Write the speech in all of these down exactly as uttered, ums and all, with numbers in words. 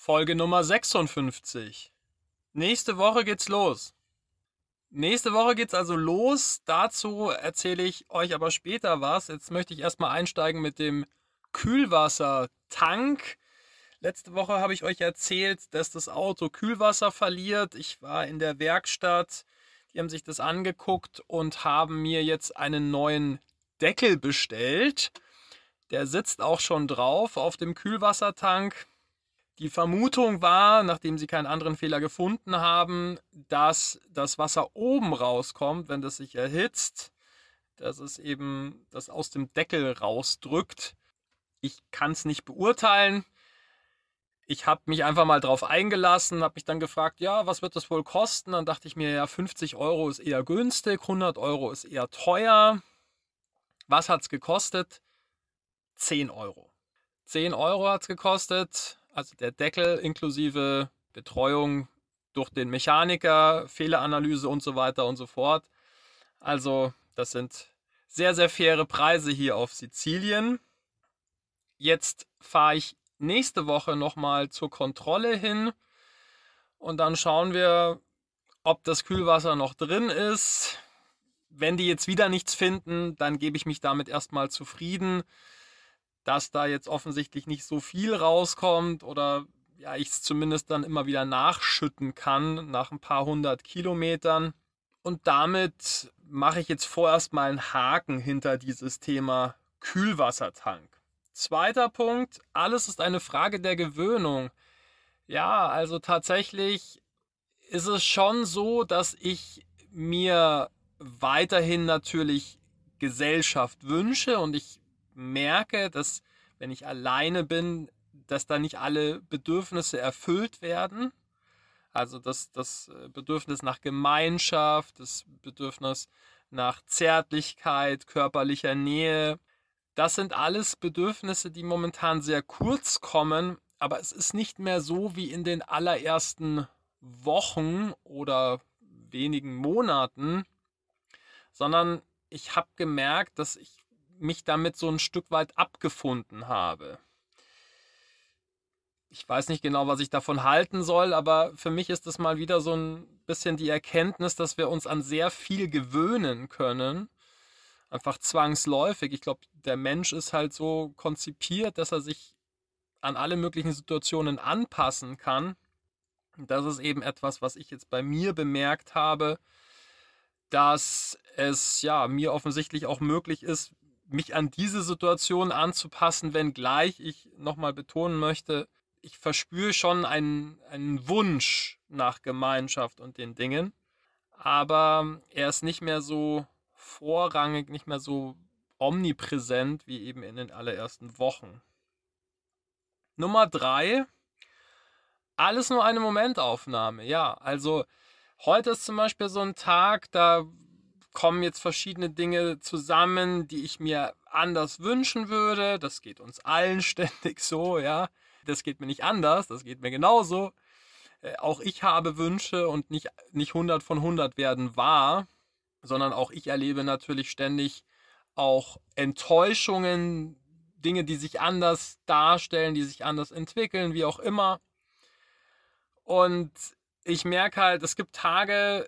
Folge Nummer sechsundfünfzig. Nächste Woche geht's los. Nächste Woche geht's also los. Dazu erzähle ich euch aber später was. Jetzt möchte ich erstmal einsteigen mit dem Kühlwassertank. Letzte Woche habe ich euch erzählt, dass das Auto Kühlwasser verliert. Ich war in der Werkstatt. Die haben sich das angeguckt und haben mir jetzt einen neuen Deckel bestellt. Der sitzt auch schon drauf auf dem Kühlwassertank. Die Vermutung war, nachdem sie keinen anderen Fehler gefunden haben, dass das Wasser oben rauskommt, wenn das sich erhitzt, dass es eben das aus dem Deckel rausdrückt. Ich kann es nicht beurteilen. Ich habe mich einfach mal drauf eingelassen, habe mich dann gefragt, ja, was wird das wohl kosten? Dann dachte ich mir, ja, fünfzig Euro ist eher günstig, hundert Euro ist eher teuer. Was hat es gekostet? zehn Euro. zehn Euro hat es gekostet. Also der Deckel inklusive Betreuung durch den Mechaniker, Fehleranalyse und so weiter und so fort. Also das sind sehr, sehr faire Preise hier auf Sizilien. Jetzt fahre ich nächste Woche nochmal zur Kontrolle hin und dann schauen wir, ob das Kühlwasser noch drin ist. Wenn die jetzt wieder nichts finden, dann gebe ich mich damit erstmal zufrieden, dass da jetzt offensichtlich nicht so viel rauskommt oder ja, ich es zumindest dann immer wieder nachschütten kann nach ein paar hundert Kilometern. Und damit mache ich jetzt vorerst mal einen Haken hinter dieses Thema Kühlwassertank. Zweiter Punkt, alles ist eine Frage der Gewöhnung. Ja, also tatsächlich ist es schon so, dass ich mir weiterhin natürlich Gesellschaft wünsche und ich merke, dass wenn ich alleine bin, dass da nicht alle Bedürfnisse erfüllt werden. Also das, das Bedürfnis nach Gemeinschaft, das Bedürfnis nach Zärtlichkeit, körperlicher Nähe. Das sind alles Bedürfnisse, die momentan sehr kurz kommen, aber es ist nicht mehr so wie in den allerersten Wochen oder wenigen Monaten, sondern ich habe gemerkt, dass ich mich damit so ein Stück weit abgefunden habe. Ich weiß nicht genau, was ich davon halten soll, aber für mich ist es mal wieder so ein bisschen die Erkenntnis, dass wir uns an sehr viel gewöhnen können. Einfach zwangsläufig. Ich glaube, der Mensch ist halt so konzipiert, dass er sich an alle möglichen Situationen anpassen kann. Und das ist eben etwas, was ich jetzt bei mir bemerkt habe, dass es ja mir offensichtlich auch möglich ist, mich an diese Situation anzupassen, wenngleich ich nochmal betonen möchte, ich verspüre schon einen, einen Wunsch nach Gemeinschaft und den Dingen, aber er ist nicht mehr so vorrangig, nicht mehr so omnipräsent wie eben in den allerersten Wochen. Nummer drei, alles nur eine Momentaufnahme. Ja, also heute ist zum Beispiel so ein Tag, da kommen jetzt verschiedene Dinge zusammen, die ich mir anders wünschen würde. Das geht uns allen ständig so, ja. Das geht mir nicht anders, das geht mir genauso. Äh, auch ich habe Wünsche und nicht, nicht hundert von hundert werden wahr, sondern auch ich erlebe natürlich ständig auch Enttäuschungen, Dinge, die sich anders darstellen, die sich anders entwickeln, wie auch immer. Und ich merke halt, es gibt Tage,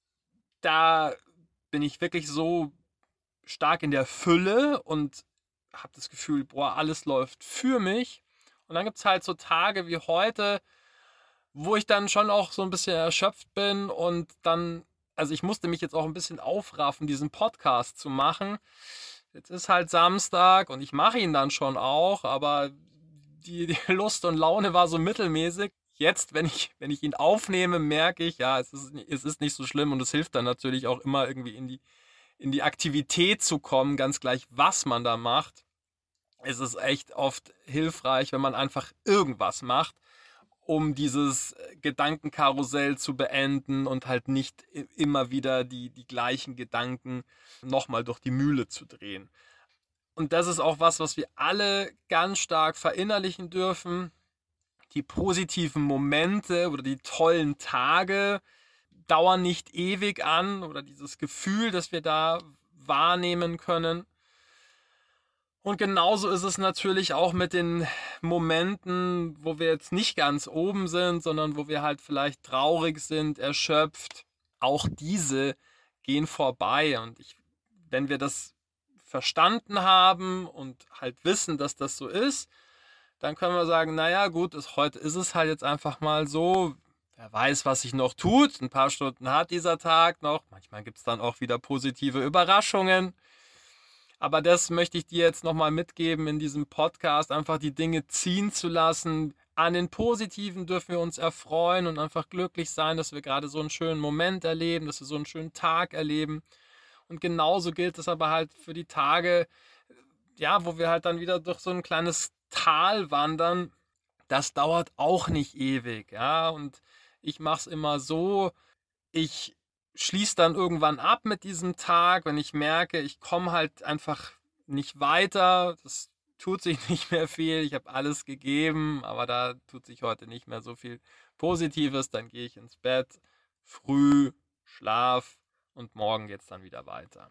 da bin ich wirklich so stark in der Fülle und habe das Gefühl, boah, alles läuft für mich. Und dann gibt es halt so Tage wie heute, wo ich dann schon auch so ein bisschen erschöpft bin und dann, also ich musste mich jetzt auch ein bisschen aufraffen, diesen Podcast zu machen. Jetzt ist halt Samstag und ich mache ihn dann schon auch, aber die, die Lust und Laune war so mittelmäßig. Jetzt, wenn ich, wenn ich ihn aufnehme, merke ich, ja, es ist, es ist nicht so schlimm und es hilft dann natürlich auch immer irgendwie in die, in die Aktivität zu kommen, ganz gleich, was man da macht. Es ist echt oft hilfreich, wenn man einfach irgendwas macht, um dieses Gedankenkarussell zu beenden und halt nicht immer wieder die, die gleichen Gedanken nochmal durch die Mühle zu drehen. Und das ist auch was, was wir alle ganz stark verinnerlichen dürfen. Die positiven Momente oder die tollen Tage dauern nicht ewig an oder dieses Gefühl, das wir da wahrnehmen können. Und genauso ist es natürlich auch mit den Momenten, wo wir jetzt nicht ganz oben sind, sondern wo wir halt vielleicht traurig sind, erschöpft. Auch diese gehen vorbei. Und ich, wenn wir das verstanden haben und halt wissen, dass das so ist, dann können wir sagen, naja gut, ist, heute ist es halt jetzt einfach mal so. Wer weiß, was sich noch tut. Ein paar Stunden hat dieser Tag noch. Manchmal gibt es dann auch wieder positive Überraschungen. Aber das möchte ich dir jetzt nochmal mitgeben in diesem Podcast, einfach die Dinge ziehen zu lassen. An den Positiven dürfen wir uns erfreuen und einfach glücklich sein, dass wir gerade so einen schönen Moment erleben, dass wir so einen schönen Tag erleben. Und genauso gilt es aber halt für die Tage, ja, wo wir halt dann wieder durch so ein kleines Tal wandern. Das dauert auch nicht ewig, ja. Und ich mache es immer so, ich schließe dann irgendwann ab mit diesem Tag, wenn ich merke, ich komme halt einfach nicht weiter, das tut sich nicht mehr viel, ich habe alles gegeben, aber da tut sich heute nicht mehr so viel Positives, dann gehe ich ins Bett, früh, Schlaf und morgen geht es dann wieder weiter.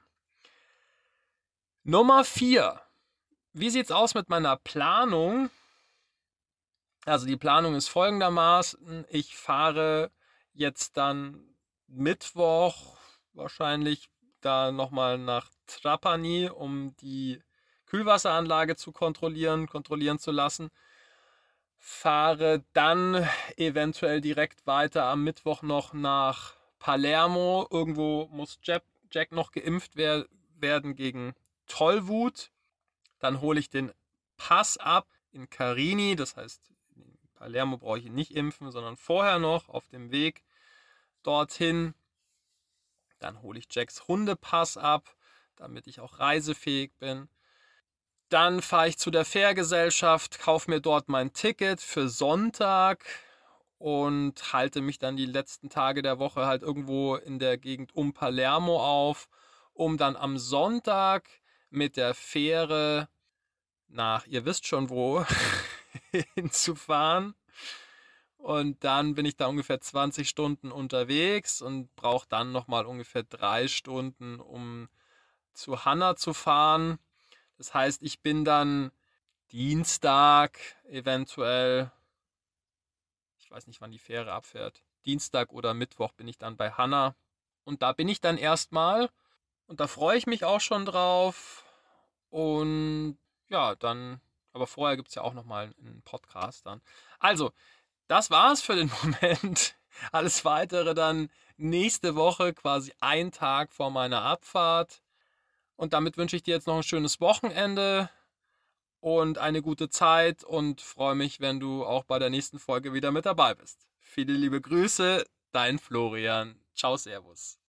Nummer vier. Wie sieht es aus mit meiner Planung? Also die Planung ist folgendermaßen, ich fahre jetzt dann Mittwoch wahrscheinlich da nochmal nach Trapani, um die Kühlwasseranlage zu kontrollieren, kontrollieren zu lassen. Fahre dann eventuell direkt weiter am Mittwoch noch nach Palermo. Irgendwo muss Jack, Jack noch geimpft wer- werden gegen Tollwut. Dann hole ich den Pass ab in Carini, das heißt, in Palermo brauche ich ihn nicht impfen, sondern vorher noch auf dem Weg dorthin. Dann hole ich Jacks Hundepass ab, damit ich auch reisefähig bin. Dann fahre ich zu der Fährgesellschaft, kaufe mir dort mein Ticket für Sonntag und halte mich dann die letzten Tage der Woche halt irgendwo in der Gegend um Palermo auf, um dann am Sonntag mit der Fähre nach, ihr wisst schon wo, hinzufahren. Und dann bin ich da ungefähr zwanzig Stunden unterwegs und brauche dann nochmal ungefähr drei Stunden, um zu Hanna zu fahren. Das heißt, ich bin dann Dienstag eventuell, ich weiß nicht, wann die Fähre abfährt, Dienstag oder Mittwoch bin ich dann bei Hanna. Und da bin ich dann erstmal und da freue ich mich auch schon drauf. Und ja, dann, aber vorher gibt es ja auch nochmal einen Podcast dann. Also, das war's für den Moment. Alles Weitere dann nächste Woche, quasi ein Tag vor meiner Abfahrt. Und damit wünsche ich dir jetzt noch ein schönes Wochenende und eine gute Zeit und freue mich, wenn du auch bei der nächsten Folge wieder mit dabei bist. Viele liebe Grüße, dein Florian. Ciao, servus.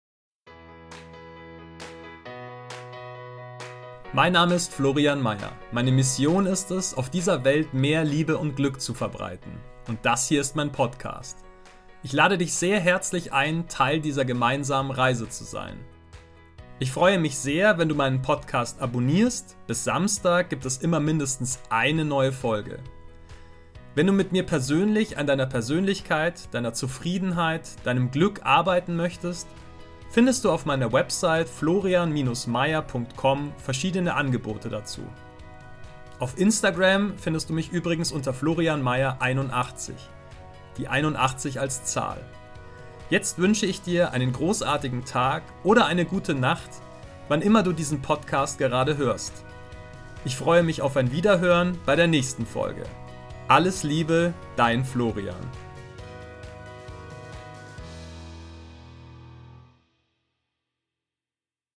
Mein Name ist Florian Meyer. Meine Mission ist es, auf dieser Welt mehr Liebe und Glück zu verbreiten. Und das hier ist mein Podcast. Ich lade dich sehr herzlich ein, Teil dieser gemeinsamen Reise zu sein. Ich freue mich sehr, wenn du meinen Podcast abonnierst. Bis Samstag gibt es immer mindestens eine neue Folge. Wenn du mit mir persönlich an deiner Persönlichkeit, deiner Zufriedenheit, deinem Glück arbeiten möchtest, findest du auf meiner Website florian Bindestrich meyer Punkt com verschiedene Angebote dazu. Auf Instagram findest du mich übrigens unter Florian Meyer einundachtzig, die einundachtzig als Zahl. Jetzt wünsche ich dir einen großartigen Tag oder eine gute Nacht, wann immer du diesen Podcast gerade hörst. Ich freue mich auf ein Wiederhören bei der nächsten Folge. Alles Liebe, dein Florian.